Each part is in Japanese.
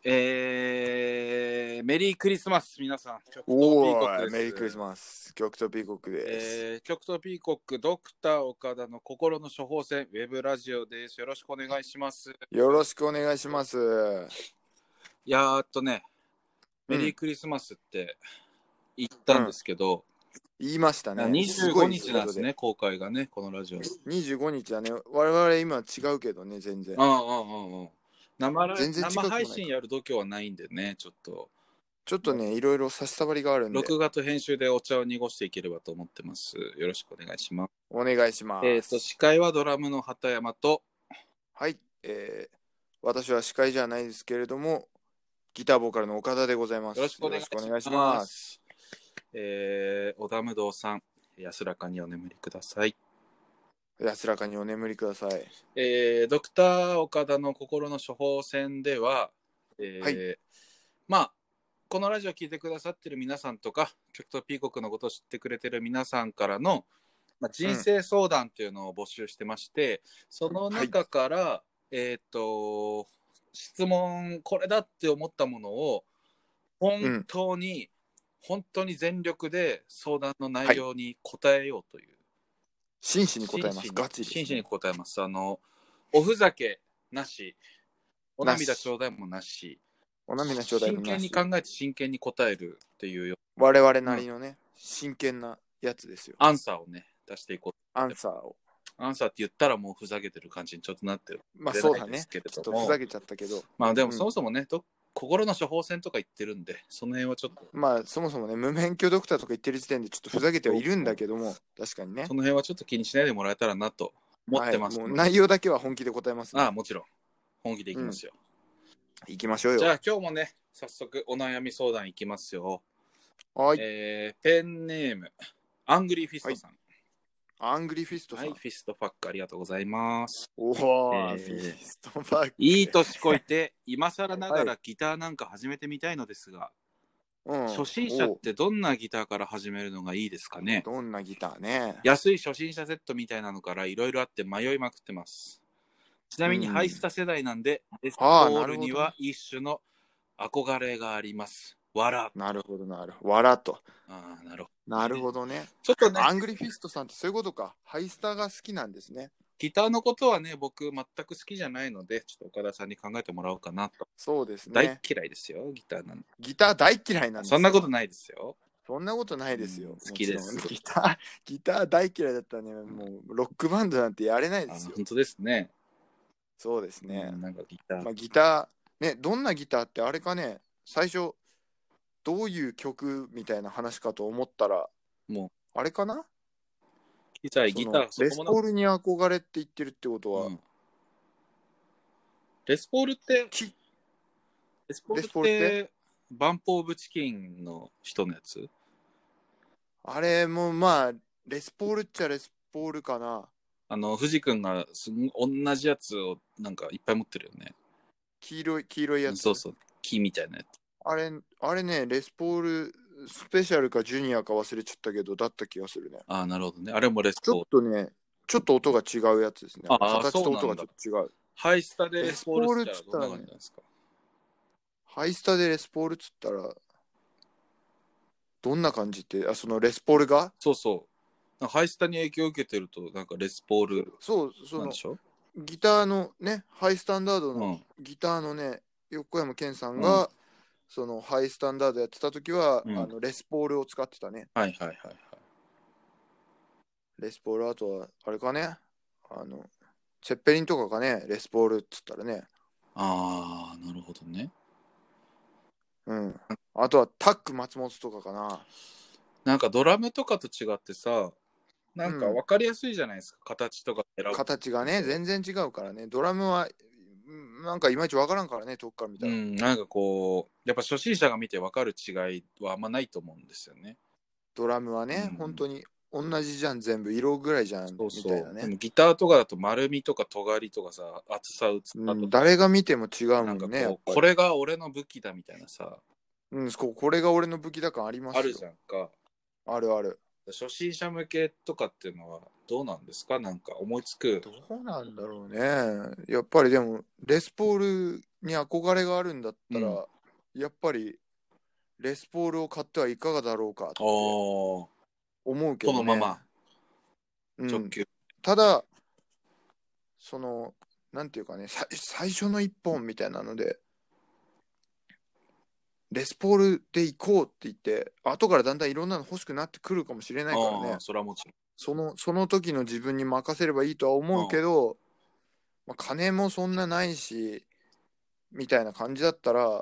メリークリスマス皆さん。極東ピーコックです。 メリークリスマス。極東ピーコックです。 極東ピーコックドクター岡田の心の処方箋ウェブラジオです。よろしくお願いします。 よろしくお願いします。 メリークリスマスって言ったんですけど、 言いましたね。 25日なんですね、公開がね、このラジオ。 25日だね。我々今違うけどね、全然。 生配信やる度胸はないんでね、ちょっとね、いろいろ差し障りがあるんで。 録画と編集でお茶を濁していければと思ってます。よろしくお願いします。 お願いします。 司会はドラムの畑山と、 はい、私は司会じゃないですけれども、ギターボーカルの岡田でございます。 よろしくお願いします。小田無道さん、安らかにお眠りください。 安らかにお眠りください。 ドクター岡田の心の処方箋では、 はい、 このラジオを聞いてくださってる皆さんとか、極東ピーコックのことを知ってくれてる皆さんからの、人生相談というのを募集してまして、その中から、質問、これだって思ったものを、本当に全力で相談の内容に答えようという。 真摯に答えます。ガチですね。 真摯に答えます。おふざけなし、お涙ちょうだいもなし、真剣に考えて真剣に答えるっていう。 我々なりのね、真剣なやつですよ。 アンサーをね、出していこう。 アンサーって言ったらもうふざけてる感じにちょっとなってる。 そうだね。ちょっとふざけちゃったけど。 でもそもそもね、心の処方箋とか言ってるんで、その辺はちょっと。 そもそもね、無免許ドクターとか言ってる時点でちょっとふざけてはいるんだけども、確かにね。 その辺はちょっと気にしないでもらえたらなと思ってます。 もう内容だけは本気で答えますね。 もちろん。本気でいきますよ。 いきましょうよ。 じゃあ今日もね、早速お悩み相談いきますよ。 はい。 ペンネーム、アングリーフィストさん。 アングリーフィストさん。 はい、フィストファックありがとうございます。 フィストファック。 いい年こいて、今更ながらギターなんか始めてみたいのですが、初心者ってどんなギターから始めるのがいいですかね？ どんなギターね。 安い初心者セットみたいなのからいろいろあって迷いまくってます。ちなみにハイスタ世代なんで、レスポールには一種の憧れがあります。わら。 なるほど。わらと。なるほどね。 ちょっとね。 アングリーフィストさんってそういうことか。ハイスタが好きなんですね。 ギターのことはね、僕全く好きじゃないので、ちょっと岡田さんに考えてもらおうかなと。 そうですね。 大嫌いですよ、ギターなんで。 ギター大嫌いなんですよ。 そんなことないですよ。 そんなことないですよ。 好きです。 ギター大嫌いだったらね、もうロックバンドなんてやれないですよ。 本当ですね。 そうですね。 なんかギター。 ギター、ね、どんなギターってあれかね、最初、どういう曲みたいな話かと思ったら、 もう、あれかな？ ギター、 レスポールに憧れって言ってるってことは、 レスポールってバンプオブチキンの人のやつ？ あれもレスポールっちゃレスポールかな。 藤君が同じやつをなんかいっぱい持ってるよね。 黄色いやつ。 そうそう、木みたいなやつ。 あれね、レスポールスペシャルかジュニアか忘れちゃったけど、だった気がするね。 なるほどね。あれもレスポール。ちょっと音が違うやつですね。形と音がちょっと違う。 ハイスタでレスポールっつったらどんな感じなんですか？ ハイスタでレスポールっつったら、どんな感じって、そのレスポールが？ そうそう。ハイスタに影響を受けてると、なんかレスポールなんでしょ？ ギターのね、ハイスタンダードのギターのね、横山健さんが、そのハイスタンダードやってた時は、レスポールを使ってたね。 はい。 レスポール、あとは、あれかね、セッペリンとかがね、レスポールっつったらね。 なるほどね。 あとはタック松本とかかな。 なんかドラムとかと違ってさ、なんか分かりやすいじゃないですか、形とか選ぶ。 形がね、全然違うからね。ドラムは、なんかいまいち分からんからね、遠くから見たら。 なんかこう、やっぱ初心者が見て分かる違いはあんまないと思うんですよね。 ドラムはね、本当に同じじゃん、全部色ぐらいじゃん、みたいなね。 でもギターとかだと丸みとか尖りとかさ、厚さ薄さとか、 誰が見ても違うもんね。なんかこれが俺の武器だみたいなさ。 これが俺の武器だ感ありますよ。 あるじゃんか。 ある。 初心者向けとかっていうのはどうなんですか？なんか思いつく。 どうなんだろうね。やっぱりでも、レスポールに憧れがあるんだったら、やっぱり、レスポールを買ってはいかがだろうかって思うけどね。 このまま直球。 ただ、なんていうかね、最初の一本みたいなので、レスポールで行こうって言って、後からだんだんいろんなの欲しくなってくるかもしれないからね。 それはもちろん。 その時の自分に任せればいいとは思うけど、まあ、金もそんなないし、みたいな感じだったら、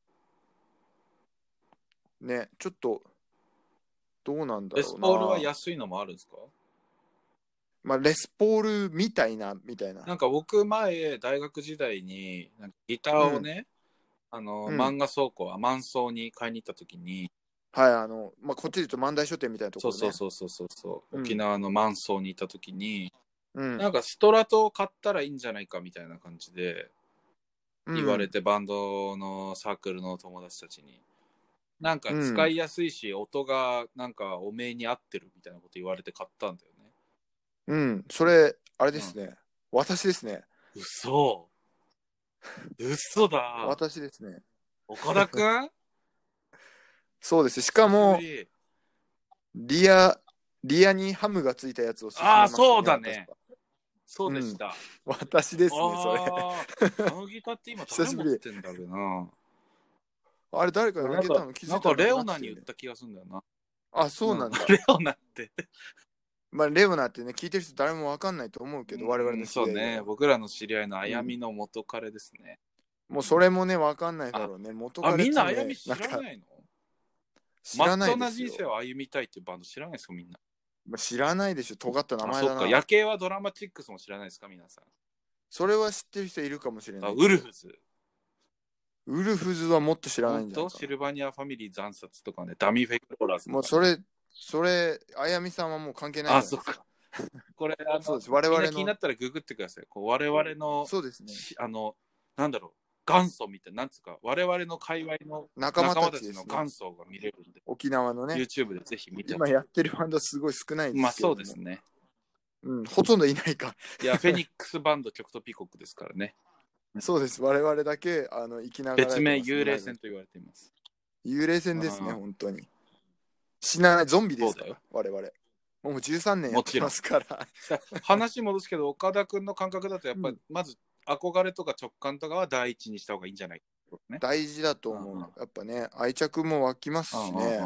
ね、ちょっと、どうなんだろうな。 レスポールは安いのもあるんですか？ まあ、レスポールみたいな。 なんか僕前、大学時代に、なんかギターをね、漫画倉庫、万荘に買いに行った時に、 はい、まあ、こっちで言うと万代書店みたいなところね。 そう、沖縄の万荘に行った時に、 なんかストラトを買ったらいいんじゃないかみたいな感じで言われて、バンドのサークルの友達たちに。なんか使いやすいし、音がなんかおめえに合ってるみたいなこと言われて買ったんだよね。 それ、あれですね。私ですね。 嘘だ。 私ですね。 岡田くんそうです。しかも、リアにハムがついたやつを勧めましたね。 そうだね。そうでした。 私ですね、それ。 あのギターって今誰持ってんだろうな。 あれ誰かにあげたの気づいたの？ なんかレオナに売った気がするんだよな。 あ、そうなんだ。 レオナって。 まあ、レオナってね、聞いてる人誰もわかんないと思うけど、我々の知り合い。そうね、僕らの知り合いのあやみの元彼ですね。 もうそれもね、わかんないだろうね。元彼ってみんなあやみ知らないの？ 知らないですよ。 まっとうな人生を歩みたいっていうバンド知らないですかみんな。 知らないでしょ、尖った名前だな。 そっか、夜景はドラマチックスも知らないですか皆さん。 それは知ってる人いるかもしれない。 ウルフズ。 ウルフズはもっと知らないんじゃないかな。 シルバニアファミリー惨殺とかね、ダミーフェイクローラーズとか、ね。 もうそれ、あやみさんはもう関係ないじゃないですか。 これ、 そうです。我々の。みんな気になったらググってください。我々の、 そうですね。 なんだろう、元祖みたいな、なんつうか、我々の界隈の仲間たちの元祖が見れるんで、 沖縄のね、 YouTube でぜひ見て今やってるバンドすごい少ないですけど。 まあそうですね。 ほとんどいないか。 いや、フェニックスバンド、極とピコックですからね。 そうです。我々だけ生きながら、 別名幽霊船と言われています。 幽霊船ですね、本当に。死なないゾンビですから、我々。もう13年やってますから。 話戻すけど、岡田君の感覚だと、やっぱり、まず憧れとか直感とかは第一にした方がいいんじゃないか、 ね。大事だと思う。やっぱね、愛着も湧きますしね。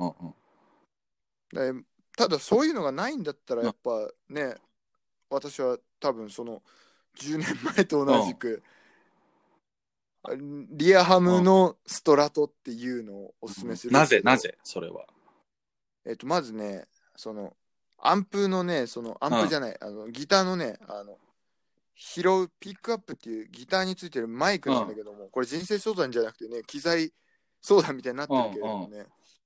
ただ、そういうのがないんだったら、やっぱね、私は多分その10年前と同じく、リアハムのストラトっていうのをおすすめする。 なぜそれは。 まずね、アンプのね、アンプじゃない、ギターのね、拾うピックアップっていうギターについてるマイクなんだけども、これ人生相談じゃなくてね、機材相談みたいになってるけれどもね、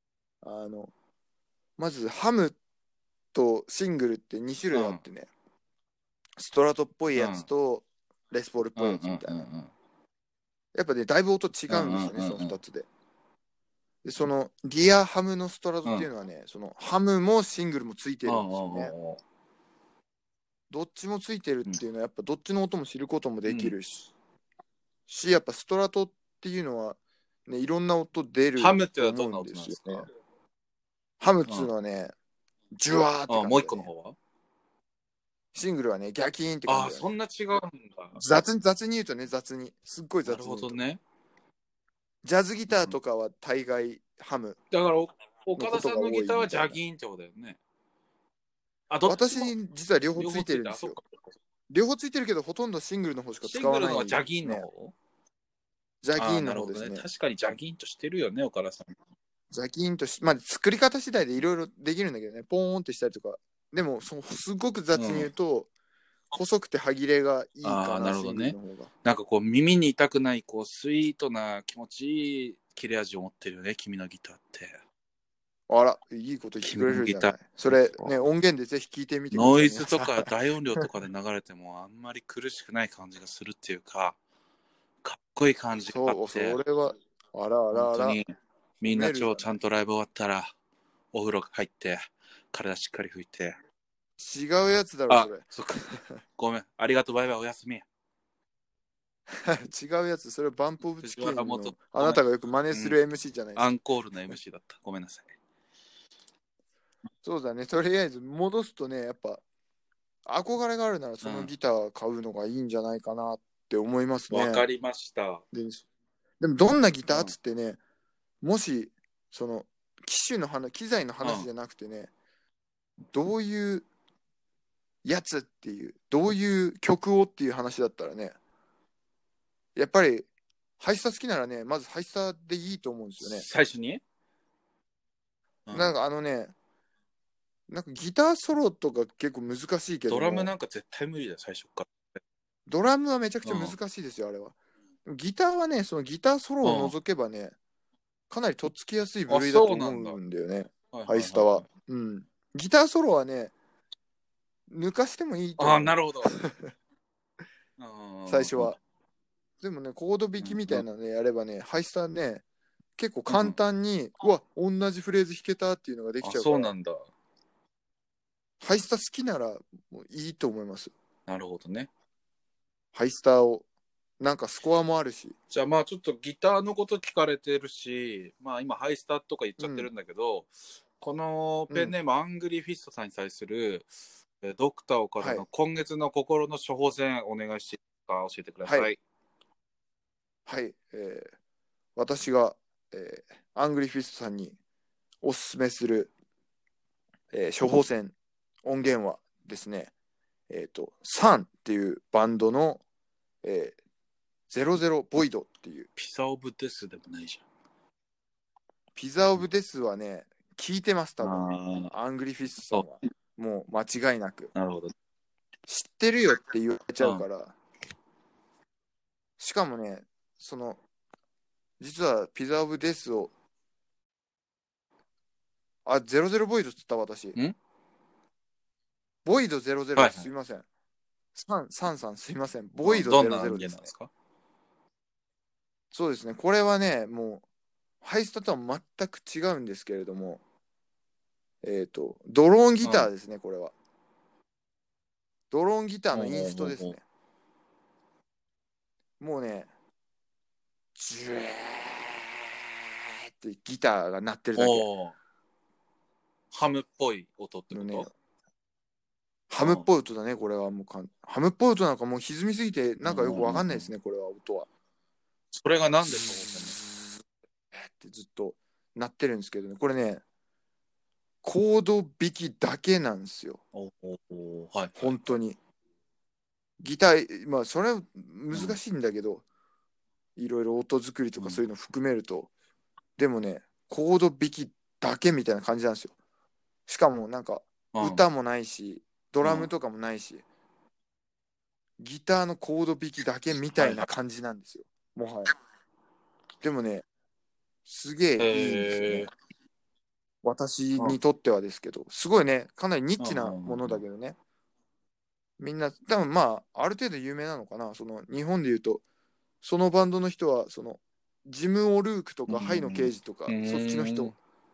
まずハムとシングルって2種類あってね、ストラトっぽいやつとレスポールっぽいやつみたいな。やっぱね、だいぶ音違うんですよね、その2つで。で、そのリアハムのストラトっていうのはね、そのハムもシングルもついてるんですよね。どっちもついてるっていうのはやっぱどっちの音も知ることもできるし、やっぱストラトっていうのはね、いろんな音出ると思うんですよね。ハムってどんな音なんですか？ハムっていうのはね、ジュワーって感じ、ね。 もう一個の方は？ シングルはね、ギャキーンって感じ、ね。 そんな違うんだ。 雑に言うとね、すっごい雑に言うと。 なるほどね。 ジャズギターとかは大概ハム。 だから岡田さんのギターはジャギーンってことだよね。 私実は両方ついてるんですよ。両方ついてるけど、ほとんどシングルの方しか使わない、ね。 シングルのはジャギーンの方？ ジャギーンの方ですね。 確かにジャギーンとしてるよね、岡田さん。 ジャギーンとまあ作り方次第でいろいろできるんだけどね、ポーンってしたりとか。でもすごく雑に言うと、細くて歯切れがいいかな。 なるほどね。なんかこう耳に痛くないこうスイートな気持ちいい切れ味を持ってるよね、君のギターって。 あら、いいこと言ってくれるじゃない。それね、音源でぜひ聞いてみてください。 ノイズとか大音量とかで流れてもあんまり苦しくない感じがするっていうか、かっこいい感じがあって。 それはあら。 本当にみんなちゃんとライブ終わったらお風呂入って体しっかり拭いて。 違うやつだろ、それ。 そっか。ごめん。ありがとう、バイバイ、おやすみ。 違うやつ、それはバンプオブチキン藤原元の、あなたがよく真似する MC じゃないですか。 アンコールの MC だった。ごめんなさい。 そうだね、とりあえず戻すとね、やっぱ、憧れがあるならそのギター買うのがいいんじゃないかなって思いますね。 わかりました。 でもどんなギターっつってね、もしその機材の話じゃなくてね、どういうやつっていう、どういう曲をっていう話だったらね、やっぱりハイスタ好きならね、まずハイスタでいいと思うんですよね。 最初に、 なんかなんかギターソロとか結構難しいけども、 ドラムなんか絶対無理だよ、最初から。 ドラムはめちゃくちゃ難しいですよ、あれは。ギターはね、そのギターソロを除けばね、かなりとっつきやすい部類だと思うんだよね、ハイスタは。うん。ギターソロはね、抜かしてもいいと思う。 なるほど。 最初は。でもね、コード弾きみたいなのやればね、ハイスタね、結構簡単に、うわ、同じフレーズ弾けたっていうのができちゃうから。 そうなんだ。 ハイスタ好きならもういいと思います。 なるほどね。 ハイスタを。なんかスコアもあるし。 じゃあまあちょっとギターのこと聞かれてるし、まあ今ハイスタとか言っちゃってるんだけど、このペンネーム、アングリーフィストさんに対するドクター岡田の今月の心の処方箋お願いしていいですか、教えてください。 はい、私が、アングリーフィストさんにおすすめする、処方箋音源はですね、サンっていうバンドの、00ボイドっていう。 ピザオブデスでもないじゃん。 ピザオブデスはね、聞いてます、多分。アングリーフィストさんは。もう間違いなく。 なるほど。 知ってるよって言われちゃうから。しかもね、実はピザオブデスを、00ボイドって言った私。ボイド00、はい、すいません。サンさんすいません。ボイド00ですね。そうですね。これはね、もう、ハイスタとは全く違うんですけれども、ドローンギターですね、これは。ドローンギターのインストですね。もうね、ジューってギターが鳴ってるだけ。 ハムっぽい音ってこと、 ね、ハムっぽい音だね、これはもうハムっぽい音なんかもう歪みすぎて、なんかよくわかんないですね、これは音は。 それが何でしょうってずっと鳴ってるんですけどね、これね、コード弾きだけなんですよ。 はい、 本当に。ギター、まあそれは難しいんだけど、いろいろ音作りとかそういうの含めると、でもね、コード弾きだけみたいな感じなんですよ。しかもなんか歌もないし、ドラムとかもないし、ギターのコード弾きだけみたいな感じなんですよ、もはや。でもね、すげえいいんですよね。私にとってはですけど、すごいね、かなりニッチなものだけどね。みんな、多分まあ、ある程度有名なのかな。日本で言うと、そのバンドの人は、ジム・オルークとか、ハイの刑事とか、そっちの人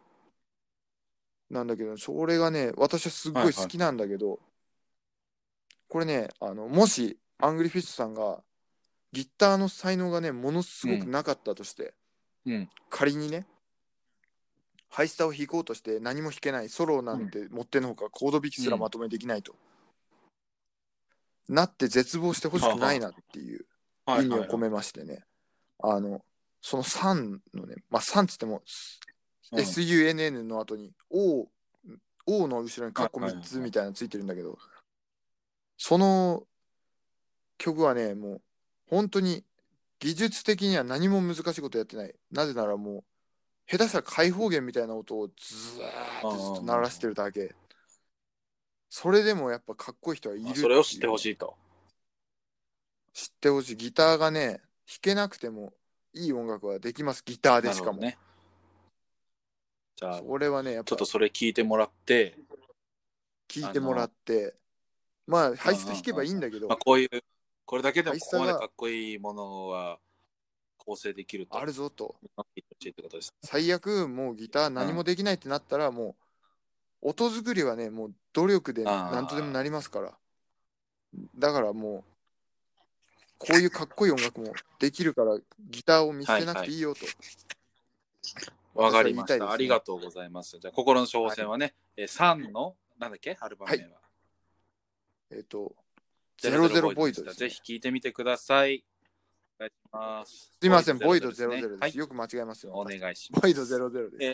なんだけど、それがね、私はすっごい好きなんだけど、これね、もし、アングリフィストさんが、ギターの才能がね、ものすごくなかったとして、仮にね、ハイスタを弾こうとして何も弾けない、ソロなんて持ってのほかコード弾きすらまとめできないと、なって絶望してほしくないなっていう意味を込めましてね、その3のね、まあ3つっても、SUNN の後に O の後ろにカッコ3つみたいなのついてるんだけど、その曲はね、もう本当に技術的には何も難しいことやってない。なぜならもう下手したら開放弦みたいな音をずーっとずっと鳴らしてるだけ。それでもやっぱかっこいい人はいる。 それを知ってほしいと。 知ってほしい。ギターがね、弾けなくてもいい音楽はできます。ギターでしかも。 ね、じゃあ、 それはね、やっぱちょっとそれ聞いてもらって、 まあ、ハイスタ弾けばいいんだけど、 これだけでもここまでかっこいいものは構成できると。 あるぞと。最悪、もうギター何もできないってなったら、もう、 音作りはね、もう努力で何とでもなりますから。だからもう、こういうかっこいい音楽もできるから、ギターを見捨てなくていいよと。 わかりました、 ね。 ありがとうございます。じゃあ、心の処方箋はね、サンの、なんだっけ、アルバム名は。 00ボイドです、ね。 ぜひ聴いてみてください。お願いします。 すいません、ボイド00です。はい、よく間違えますよ。 お願いします。 ボイド00です。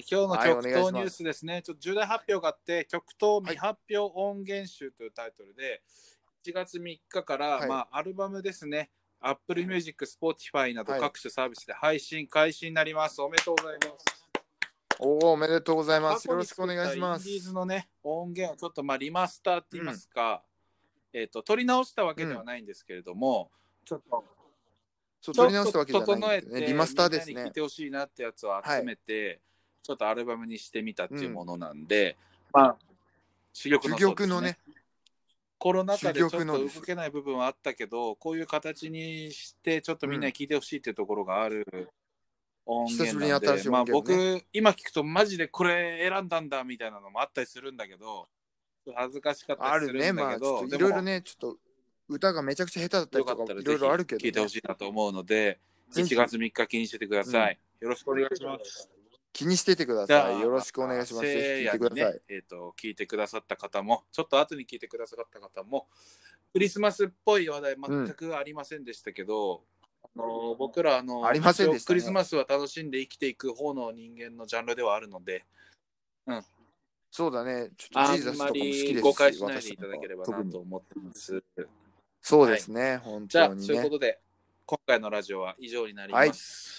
今日の曲頭ニュースですね。ちょっと重大発表があって、曲頭未発表音源集というタイトルで、1月3日から、アルバムですね。Apple Music、Spotify など各種サービスで配信開始になります。おめでとうございます。 おめでとうございます。よろしくお願いします。 インディーズのね、音源をちょっとリマスターって言いますか、取り直したわけではないんですけれども、ちょっと取り直したわけじゃないん整えですね。リマスターですね。 みんなに聴いてほしいなってやつを集めて、ちょっとアルバムにしてみたっていうものなんで、珠玉のね、コロナ禍でちょっと動けない部分はあったけど、こういう形にしてちょっとみんなに聴いてほしいっていうところがある音源なんで、僕今聞くとマジでこれ選んだんだみたいなのもあったりするんだけど、恥ずかしかったりするんだけど、 いろいろね、ちょっと歌がめちゃくちゃ下手だったりとかいろいろあるけど、 聴いてほしいなと思うので、1月3日気にしててください。よろしくお願いします。 気にしててください。よろしくお願いします。聞いてください。 聞いてくださった方も、ちょっと後に聞いてくださった方も、クリスマスっぽい話題全くありませんでしたけど、僕らありませんでしたね。 クリスマスは楽しんで生きていく方の人間のジャンルではあるので、 そうだね。ちょっとジーザスとかも好きですし、 誤解しないでいただければなと思ってます。 そうですね、本当にね。 じゃあ、そういうことで、今回のラジオは以上になります。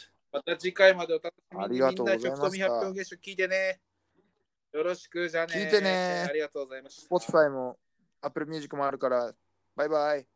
また次回までお楽しみに。みんな曲と未発表月収聞いてね。よろしく、じゃあね。 聞いてね。 ありがとうございました。 Spotify も Apple Music もあるから、バイバイ。